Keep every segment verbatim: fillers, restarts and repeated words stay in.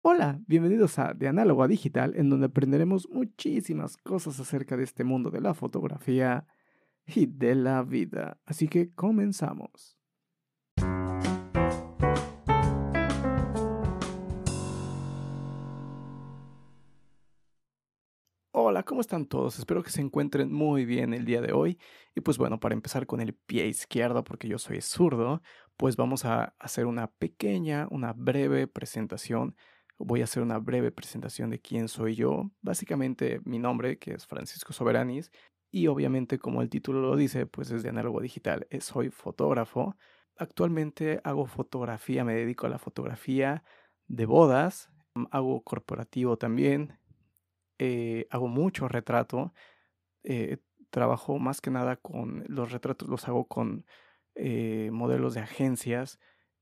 Hola, bienvenidos a De Análogo a Digital, en donde aprenderemos muchísimas cosas acerca de este mundo de la fotografía y de la vida. Así que comenzamos. Hola, ¿cómo están todos? Espero que se encuentren muy bien el día de hoy. Y pues bueno, para empezar con el pie izquierdo, porque yo soy zurdo, pues vamos a hacer una pequeña, una breve presentación. Voy a hacer una breve presentación de quién soy yo. Básicamente mi nombre, que es Francisco Soberanis, y obviamente como el título lo dice, pues es de análogo digital. eh, Soy fotógrafo. Actualmente hago fotografía, me dedico a la fotografía de bodas, mm, hago corporativo también, eh, hago mucho retrato, eh, trabajo más que nada con los retratos, los hago con eh, modelos de agencias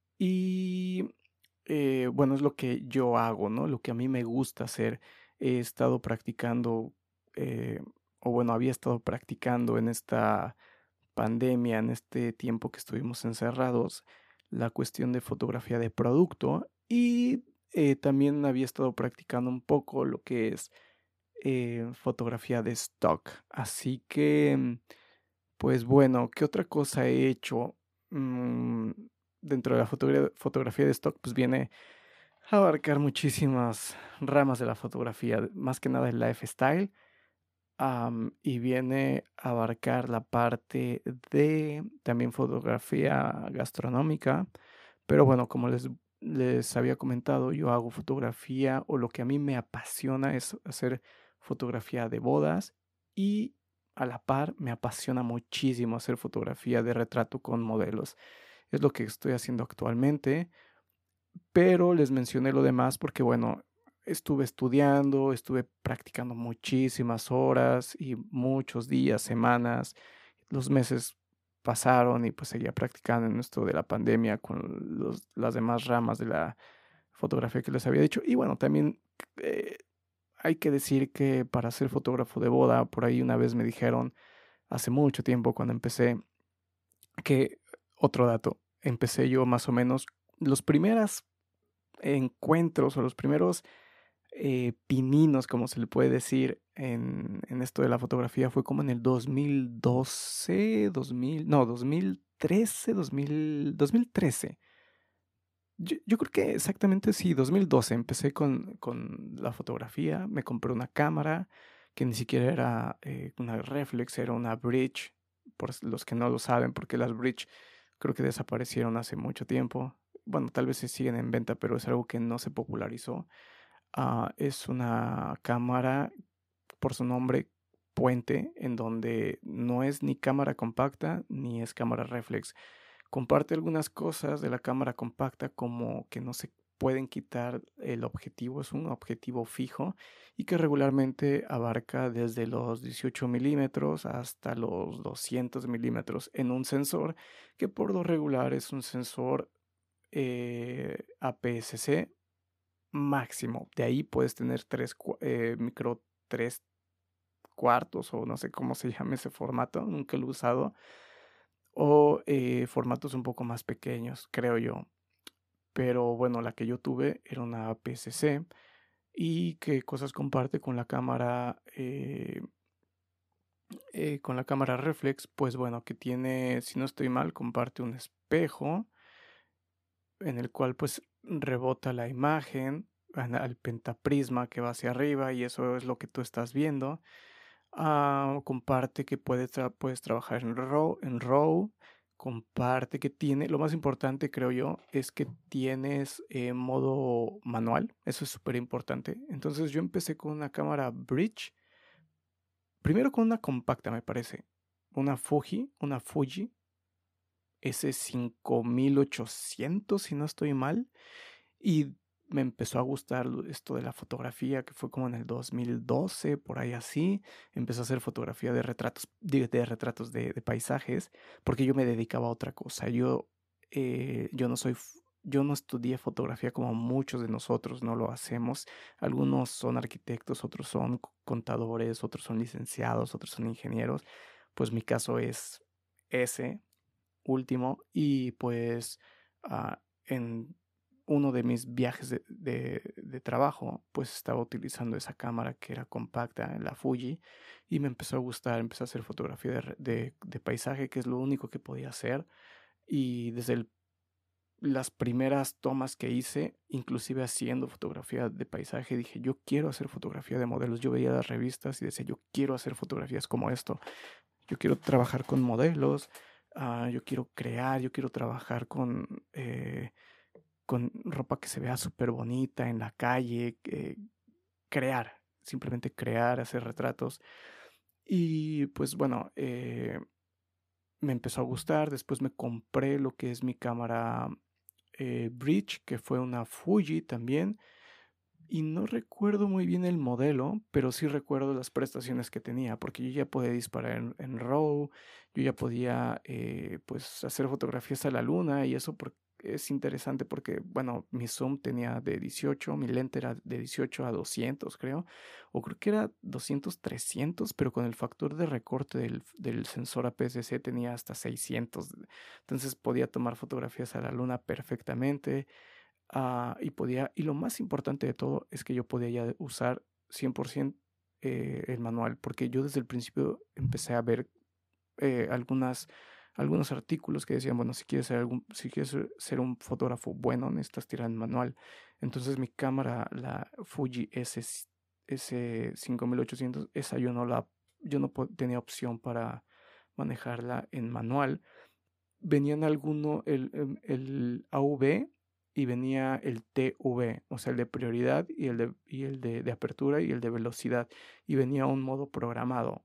y eh, bueno, es lo que yo hago, ¿no? Lo que a mí me gusta hacer. He estado practicando, eh, o bueno, había estado practicando en esta pandemia, en este tiempo que estuvimos encerrados, la cuestión de fotografía de producto y eh, también había estado practicando un poco lo que es eh, fotografía de stock. Así que, mm, pues bueno, ¿qué otra cosa he hecho? Mm, dentro de la fotogra- fotografía de stock, pues viene a abarcar muchísimas ramas de la fotografía, más que nada el lifestyle, am, y viene a abarcar la parte de también fotografía gastronómica, pero bueno, como les, les había comentado, yo hago fotografía o lo que a mí me apasiona es hacer fotografía de bodas y a la par me apasiona muchísimo hacer fotografía de retrato con modelos. Es lo que estoy haciendo actualmente, pero les mencioné lo demás porque, bueno, estuve estudiando, estuve practicando muchísimas horas y muchos días, semanas, los meses pasaron y pues seguía practicando en esto de la pandemia con los, las demás ramas de la fotografía que les había dicho. Y bueno, también eh, hay que decir que para ser fotógrafo de boda, por ahí una vez me dijeron, hace mucho tiempo cuando empecé, que otro dato, empecé yo más o menos, los primeras encuentros o los primeros eh, pininos, como se le puede decir, en, en esto de la fotografía fue como en el dos mil doce, dos mil, no, dos mil trece, dos mil, dos mil trece. Yo, yo creo que exactamente sí, dos mil doce empecé con, con la fotografía, me compré una cámara que ni siquiera era eh, una reflex, era una bridge, por los que no lo saben, porque las bridge creo que desaparecieron hace mucho tiempo. Bueno, tal vez se siguen en venta, pero es algo que no se popularizó. Ah, es una cámara, por su nombre, puente, en donde no es ni cámara compacta ni es cámara reflex. Comparte algunas cosas de la cámara compacta como que no se pueden quitar el objetivo, es un objetivo fijo y que regularmente abarca desde los dieciocho milímetros hasta los doscientos milímetros en un sensor que por lo regular es un sensor eh, A P S C máximo. De ahí puedes tener tres cua- eh, micro tres cuartos o no sé cómo se llama ese formato, nunca lo he usado, o eh, formatos un poco más pequeños, creo yo. Pero bueno, la que yo tuve era una A P S C y qué cosas comparte con la cámara, eh, eh, con la cámara reflex, pues bueno, que tiene, si no estoy mal, comparte un espejo en el cual pues rebota la imagen an- al pentaprisma que va hacia arriba y eso es lo que tú estás viendo. Ah, comparte que puedes, tra- puedes trabajar en RAW, en RAW. Comparte que tiene, lo más importante creo yo, es que tienes eh, modo manual. Eso es súper importante. Entonces yo empecé con una cámara Bridge. Primero con una compacta, me parece. Una Fuji, una Fuji S cinco mil ochocientos, si no estoy mal. Y me empezó a gustar lo- esto de la fotografía, que fue como en el dos mil doce, por ahí así. Empecé a hacer fotografía de retratos, de, de retratos de, de paisajes, porque yo me dedicaba a otra cosa. Yo, eh, yo no soy, f- yo no estudié fotografía como muchos de nosotros no lo hacemos. Algunos son arquitectos, otros son c- contadores, otros son licenciados, otros son ingenieros. Pues mi caso es ese último y pues ah, en uno de mis viajes de, de, de trabajo, pues estaba utilizando esa cámara que era compacta, la Fuji, y me empezó a gustar, empecé a hacer fotografía de, de, de paisaje, que es lo único que podía hacer, y desde el, las primeras tomas que hice, inclusive haciendo fotografía de paisaje, dije, yo quiero hacer fotografía de modelos. Yo veía las revistas y decía, yo quiero hacer fotografías como esto, yo quiero trabajar con modelos, uh, yo quiero crear, yo quiero trabajar con... Eh, con ropa que se vea súper bonita en la calle, eh, crear, simplemente crear, hacer retratos. Y pues bueno, eh, me empezó a gustar, después me compré lo que es mi cámara eh, Bridge, que fue una Fuji también, y no recuerdo muy bien el modelo, pero sí recuerdo las prestaciones que tenía, porque yo ya podía disparar en, en RAW, yo ya podía eh, pues hacer fotografías a la luna, y eso por, es interesante porque, bueno, mi zoom tenía de dieciocho, mi lente era de dieciocho a doscientos, creo, o creo que era doscientos, trescientos, pero con el factor de recorte del, del sensor A P S C tenía hasta seiscientos, entonces podía tomar fotografías a la luna perfectamente. Uh, y podía, y lo más importante de todo es que yo podía ya usar cien por ciento eh, el manual, porque yo desde el principio empecé a ver eh, algunas, algunos artículos que decían, bueno, si quieres ser, algún, si quieres ser un fotógrafo bueno, necesitas tirar el manual. Entonces mi cámara, la Fuji S, S cinco mil ochocientos, esa yo no la, yo no tenía opción para manejarla en manual. Venían alguno, el, el, el A V, y venía el T V, o sea, el de prioridad y el de, y el de, de apertura y el de velocidad, y venía un modo programado.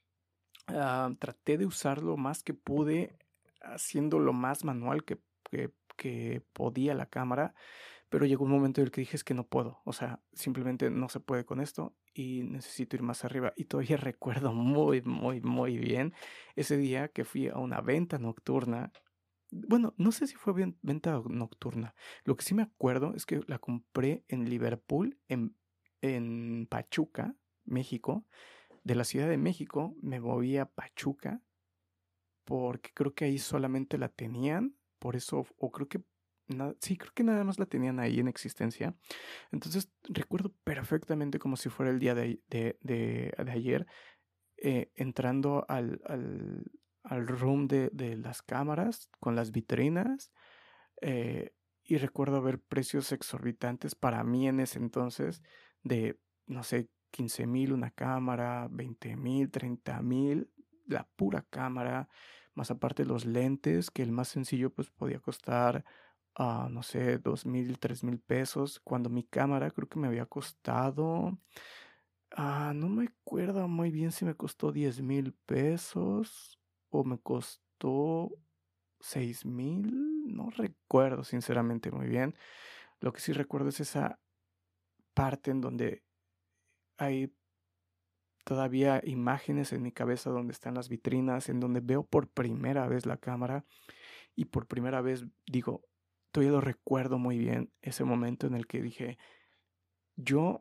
Uh, traté de usar lo más que pude, haciendo lo más manual que, que, que podía la cámara, pero llegó un momento en el que dije, es que no puedo, o sea, simplemente no se puede con esto y necesito ir más arriba. Y todavía recuerdo muy, muy, muy bien ese día que fui a una venta nocturna. Bueno, no sé si fue bien, venta nocturna. Lo que sí me acuerdo es que la compré en Liverpool, en, en Pachuca, México. De la Ciudad de México me moví a Pachuca porque creo que ahí solamente la tenían. Por eso, o creo que, na, sí, creo que nada más la tenían ahí en existencia. Entonces recuerdo perfectamente como si fuera el día de, de, de, de ayer, eh, entrando al, al, al room de, de las cámaras con las vitrinas, eh, y recuerdo ver precios exorbitantes para mí en ese entonces de, no sé, quince mil una cámara, veinte mil, treinta mil, la pura cámara, más aparte los lentes, que el más sencillo pues podía costar, uh, no sé, dos mil, tres mil pesos, cuando mi cámara creo que me había costado... Ah, no me acuerdo muy bien si me costó diez mil pesos o me costó seis mil. No recuerdo sinceramente muy bien. Lo que sí recuerdo es esa parte en donde hay todavía imágenes en mi cabeza donde están las vitrinas, en donde veo por primera vez la cámara y por primera vez digo, todavía lo recuerdo muy bien, ese momento en el que dije, yo,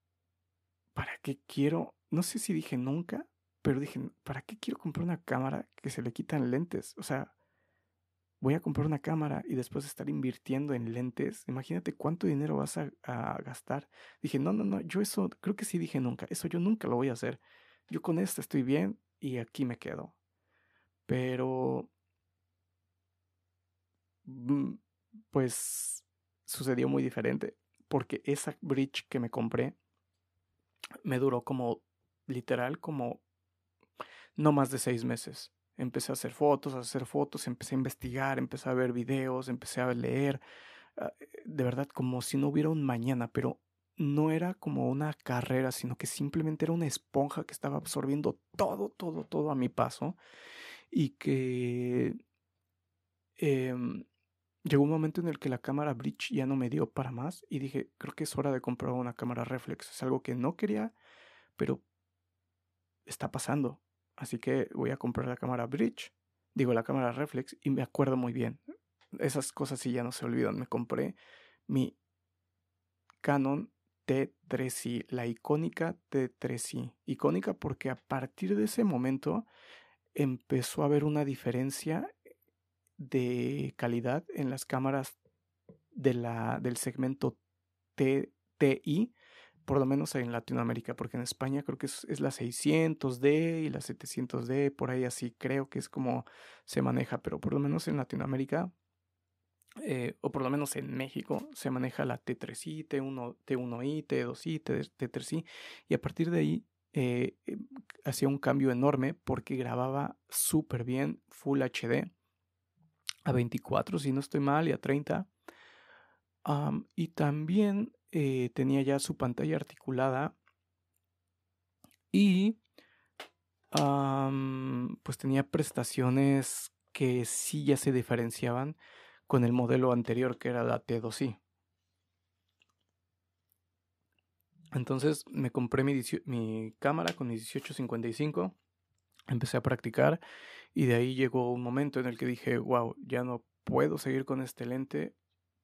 ¿para qué quiero? No sé si dije nunca, pero dije, ¿para qué quiero comprar una cámara que se le quitan lentes? O sea, voy a comprar una cámara y después estar invirtiendo en lentes. Imagínate cuánto dinero vas a, a gastar. Dije, no, no, no, yo eso, creo que sí dije nunca, eso yo nunca lo voy a hacer. Yo con esta estoy bien y aquí me quedo. Pero, pues, sucedió muy diferente, porque esa bridge que me compré me duró como, literal, como no más de seis meses. Empecé a hacer fotos, a hacer fotos, empecé a investigar, empecé a ver videos, empecé a leer, de verdad como si no hubiera un mañana, pero no era como una carrera, sino que simplemente era una esponja que estaba absorbiendo todo, todo, todo a mi paso, y que eh, llegó un momento en el que la cámara Bridge ya no me dio para más y dije, creo que es hora de comprar una cámara reflex. Es algo que no quería, pero está pasando. Así que voy a comprar la cámara Bridge, digo la cámara reflex, y me acuerdo muy bien. Esas cosas sí ya no se olvidan. Me compré mi Canon T tres i, la icónica T tres i. Icónica porque a partir de ese momento empezó a haber una diferencia de calidad en las cámaras de la, del segmento T T I, por lo menos en Latinoamérica, porque en España creo que es, es la seiscientos D y la setecientos D, por ahí así creo que es como se maneja, pero por lo menos en Latinoamérica, eh, o por lo menos en México, se maneja la T tres I, T uno, T uno I, T dos I, T, T3 I, y a partir de ahí eh, eh, hacía un cambio enorme porque grababa súper bien Full H D a veinticuatro, si no estoy mal, y a treinta. Um, y también eh, tenía ya su pantalla articulada y um, pues tenía prestaciones que sí ya se diferenciaban con el modelo anterior, que era la T dos I. Entonces me compré mi, mi cámara con mi dieciocho cincuenta y cinco, empecé a practicar y de ahí llegó un momento en el que dije, wow, ya no puedo seguir con este lente.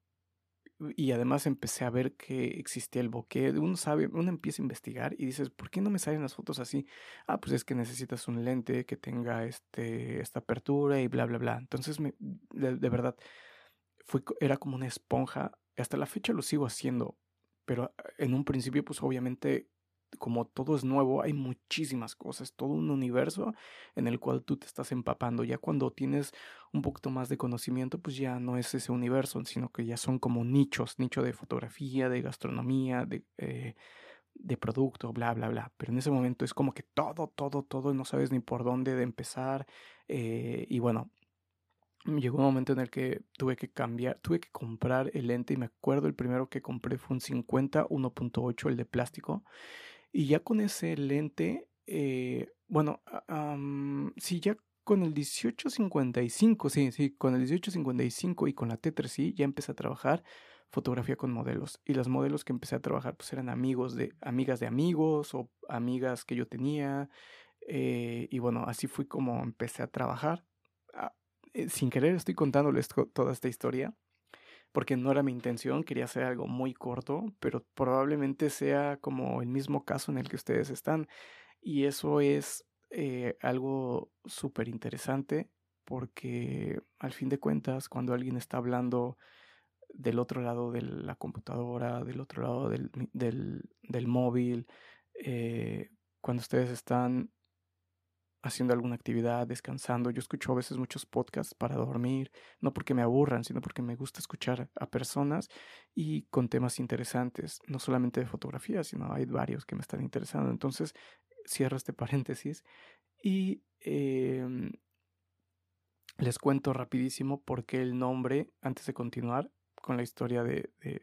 Y además empecé a ver que existía el bokeh. Uno sabe, uno empieza a investigar y dices, ¿por qué no me salen las fotos así? Ah, pues es que necesitas un lente que tenga este, esta apertura y bla, bla, bla. Entonces, me, de, de verdad, fue, era como una esponja. Hasta la fecha lo sigo haciendo, pero en un principio, pues obviamente, como todo es nuevo, hay muchísimas cosas, todo un universo en el cual tú te estás empapando. Ya cuando tienes un poquito más de conocimiento, pues ya no es ese universo, sino que ya son como nichos, nicho de fotografía, de gastronomía, de, eh, de producto, bla, bla, bla. Pero en ese momento es como que todo, todo, todo, no sabes ni por dónde de empezar. Eh, y bueno, llegó un momento en el que tuve que cambiar, tuve que comprar el lente y me acuerdo el primero que compré fue un cincuenta uno punto ocho, el de plástico. Y ya con ese lente, eh, bueno, um, sí, ya con el dieciocho cincuenta y cinco, sí, sí, con el dieciocho cincuenta y cinco y con la T tres I ya empecé a trabajar fotografía con modelos. Y los modelos que empecé a trabajar pues eran amigos de, amigas de amigos o amigas que yo tenía. Eh, y bueno, así fui como empecé a trabajar. Ah, eh, sin querer estoy contándoles to- toda esta historia porque no era mi intención, quería hacer algo muy corto, pero probablemente sea como el mismo caso en el que ustedes están. Y eso es eh, algo súper interesante porque al fin de cuentas, cuando alguien está hablando del otro lado de la computadora, del otro lado del, del, del móvil, eh, cuando ustedes están haciendo alguna actividad, descansando. Yo escucho a veces muchos podcasts para dormir, no porque me aburran, sino porque me gusta escuchar a personas y con temas interesantes, no solamente de fotografía, sino hay varios que me están interesando. Entonces, cierro este paréntesis y eh, les cuento rapidísimo por qué el nombre, antes de continuar con la historia de, de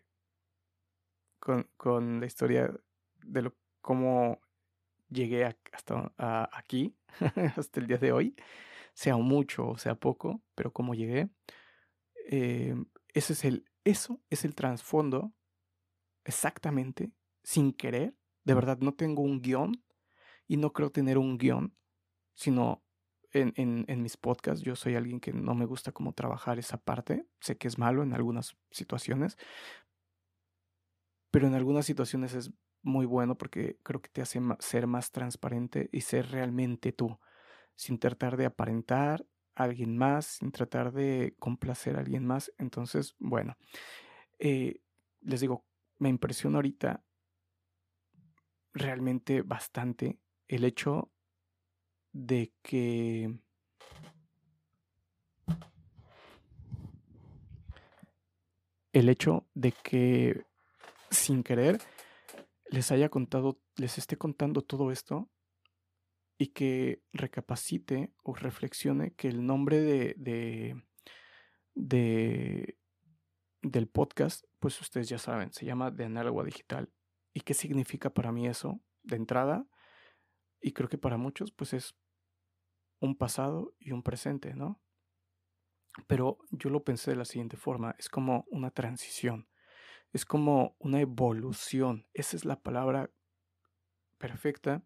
con, con la historia de lo, cómo llegué a, hasta a, aquí, hasta el día de hoy, sea mucho o sea poco, pero cómo llegué. Eh, ese es el, eso es el trasfondo exactamente, sin querer. De verdad, no tengo un guión y no creo tener un guión, sino en, en, en mis podcasts yo soy alguien que no me gusta como trabajar esa parte. Sé que es malo en algunas situaciones, pero en algunas situaciones es muy bueno porque creo que te hace ser más transparente y ser realmente tú, sin tratar de aparentar a alguien más, sin tratar de complacer a alguien más. Entonces, bueno, eh, les digo, me impresiona ahorita realmente bastante el hecho de que el hecho de que sin querer les haya contado, les esté contando todo esto y que recapacite o reflexione que el nombre de, de, de del podcast, pues ustedes ya saben, se llama De Análogo a Digital. ¿Y qué significa para mí eso? De entrada, y creo que para muchos, pues es un pasado y un presente, ¿no? Pero yo lo pensé de la siguiente forma, es como una transición, es como una evolución, esa es la palabra perfecta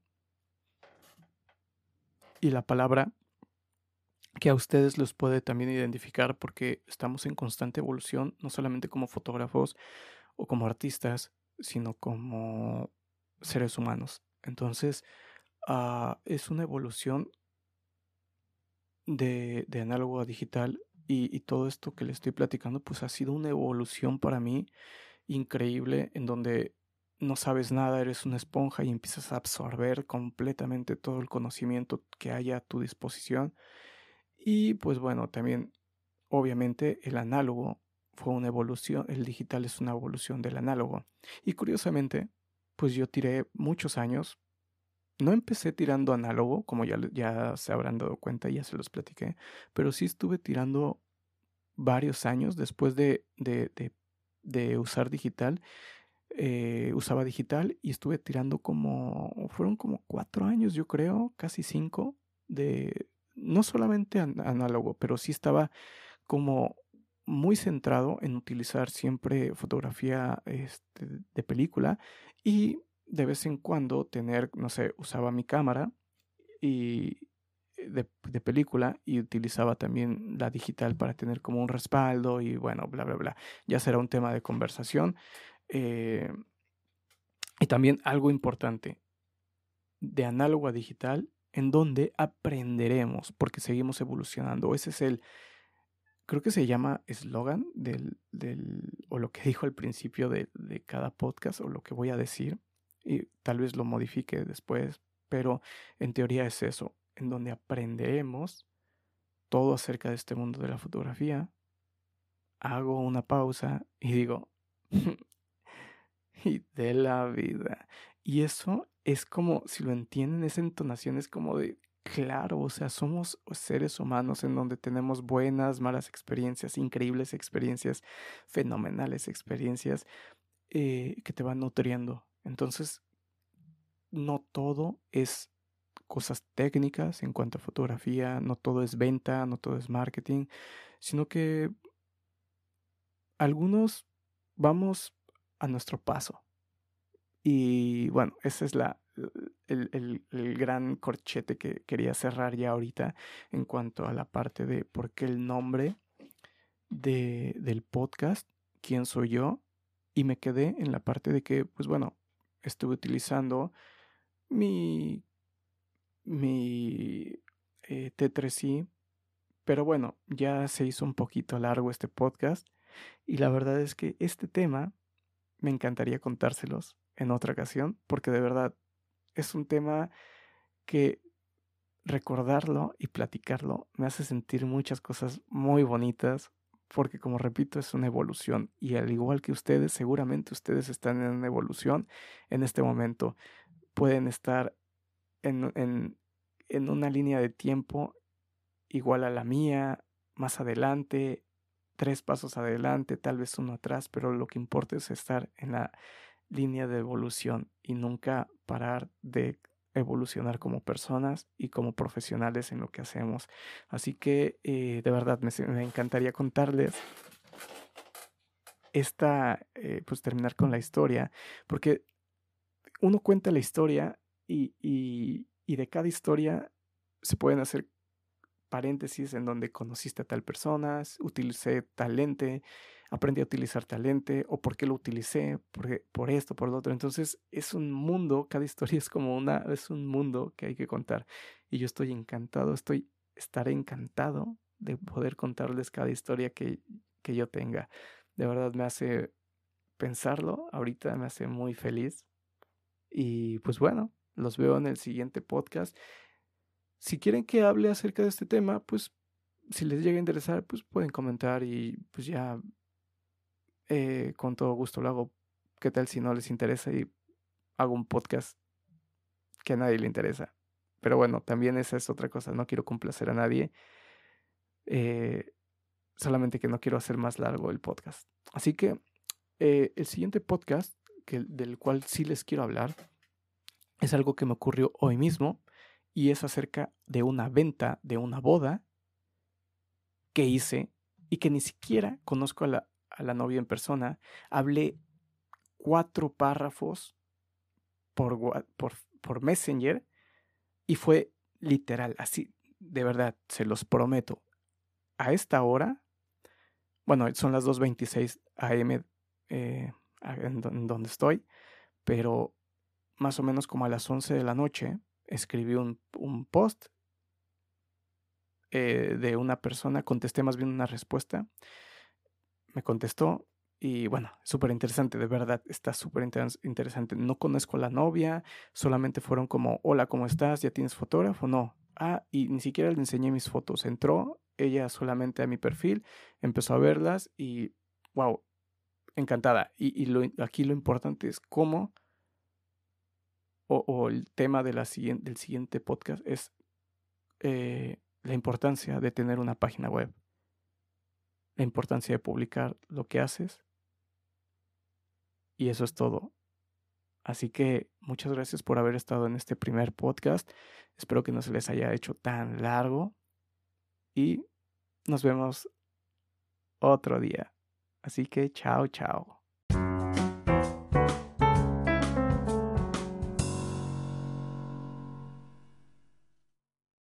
y la palabra que a ustedes los puede también identificar porque estamos en constante evolución, no solamente como fotógrafos o como artistas, sino como seres humanos. Entonces, uh, es una evolución de, de análogo a digital y, y todo esto que le estoy platicando, pues ha sido una evolución para mí increíble en donde no sabes nada, eres una esponja y empiezas a absorber completamente todo el conocimiento que haya a tu disposición. Y pues bueno, también obviamente el análogo fue una evolución, el digital es una evolución del análogo. Y curiosamente, pues yo tiré muchos años, no empecé tirando análogo, como ya, le- ya se habrán dado cuenta, ya se los platiqué, pero sí estuve tirando varios años después de, de, de, de usar digital. Eh, usaba digital y estuve tirando como, fueron como cuatro años, yo creo, casi cinco, de no solamente an- análogo, pero sí estaba como muy centrado en utilizar siempre fotografía este, de película y de vez en cuando tener, no sé, usaba mi cámara y eh, de, de película y utilizaba también la digital para tener como un respaldo y bueno, bla, bla, bla. Ya será un tema de conversación. Eh, y también algo importante, de análogo a digital, en donde aprenderemos, porque seguimos evolucionando. Ese es el, creo que se llama eslogan del, del, o lo que dijo al principio de, de cada podcast, o lo que voy a decir, y tal vez lo modifique después, pero en teoría es eso, en donde aprenderemos todo acerca de este mundo de la fotografía. Hago una pausa y digo, y de la vida. Y eso es como, si lo entienden, esa entonación es como de, claro, o sea, somos seres humanos en donde tenemos buenas, malas experiencias, increíbles experiencias, fenomenales experiencias eh, que te van nutriendo. Entonces, no todo es cosas técnicas en cuanto a fotografía, no todo es venta, no todo es marketing, sino que algunos vamos a nuestro paso. Y bueno, ese es la, el, el- el gran corchete que quería cerrar ya ahorita en cuanto a la parte de por qué el nombre de, del podcast, quién soy yo, y me quedé en la parte de que, pues bueno, estuve utilizando mi, mi eh, T tres i, pero bueno, ya se hizo un poquito largo este podcast y la verdad es que este tema me encantaría contárselos en otra ocasión porque de verdad es un tema que recordarlo y platicarlo me hace sentir muchas cosas muy bonitas, porque como repito, es una evolución y al igual que ustedes, seguramente ustedes están en una evolución en este momento. Pueden estar en, en, en una línea de tiempo igual a la mía, más adelante, tres pasos adelante, tal vez uno atrás, pero lo que importa es estar en la línea de evolución y nunca parar de evolucionar como personas y como profesionales en lo que hacemos. Así que eh, de verdad me, me encantaría contarles esta, eh, pues terminar con la historia, porque uno cuenta la historia y, y, y de cada historia se pueden hacer paréntesis en donde conociste a tal persona, utilicé tal lente, aprendí a utilizar tal lente, o por qué lo utilicé, por, por esto, por lo otro. Entonces es un mundo, cada historia es como una, es un mundo que hay que contar. Y yo estoy encantado, estoy, estaré encantado de poder contarles cada historia que, que yo tenga. De verdad me hace pensarlo, ahorita me hace muy feliz. Y pues bueno, los veo en el siguiente podcast. Si quieren que hable acerca de este tema, pues si les llega a interesar, pues pueden comentar y pues ya eh, con todo gusto lo hago. ¿Qué tal si no les interesa y hago un podcast que a nadie le interesa? Pero bueno, también esa es otra cosa, no quiero complacer a nadie, eh, solamente que no quiero hacer más largo el podcast. Así que eh, el siguiente podcast, que, del cual sí les quiero hablar, es algo que me ocurrió hoy mismo y es acerca de una venta de una boda que hice y que ni siquiera conozco a la, a la novia en persona. Hablé cuatro párrafos por, por, por Messenger y fue literal, así, de verdad, se los prometo. A esta hora, bueno, son las dos veintiséis a eme eh, en, en donde estoy, pero más o menos como a las once de la noche escribí un, un post eh, de una persona, contesté más bien una respuesta, me contestó y bueno, súper interesante, de verdad, está súper interes- interesante. No conozco a la novia, solamente fueron como, hola, ¿cómo estás? ¿Ya tienes fotógrafo? No. Ah, y ni siquiera le enseñé mis fotos. Entró ella solamente a mi perfil, empezó a verlas y, wow, encantada. Y, y lo, aquí lo importante es cómo, o, o el tema de la siguiente, del siguiente podcast es eh, la importancia de tener una página web, la importancia de publicar lo que haces y eso es todo. Así que muchas gracias por haber estado en este primer podcast. Espero que no se les haya hecho tan largo y nos vemos otro día. Así que chao, chao.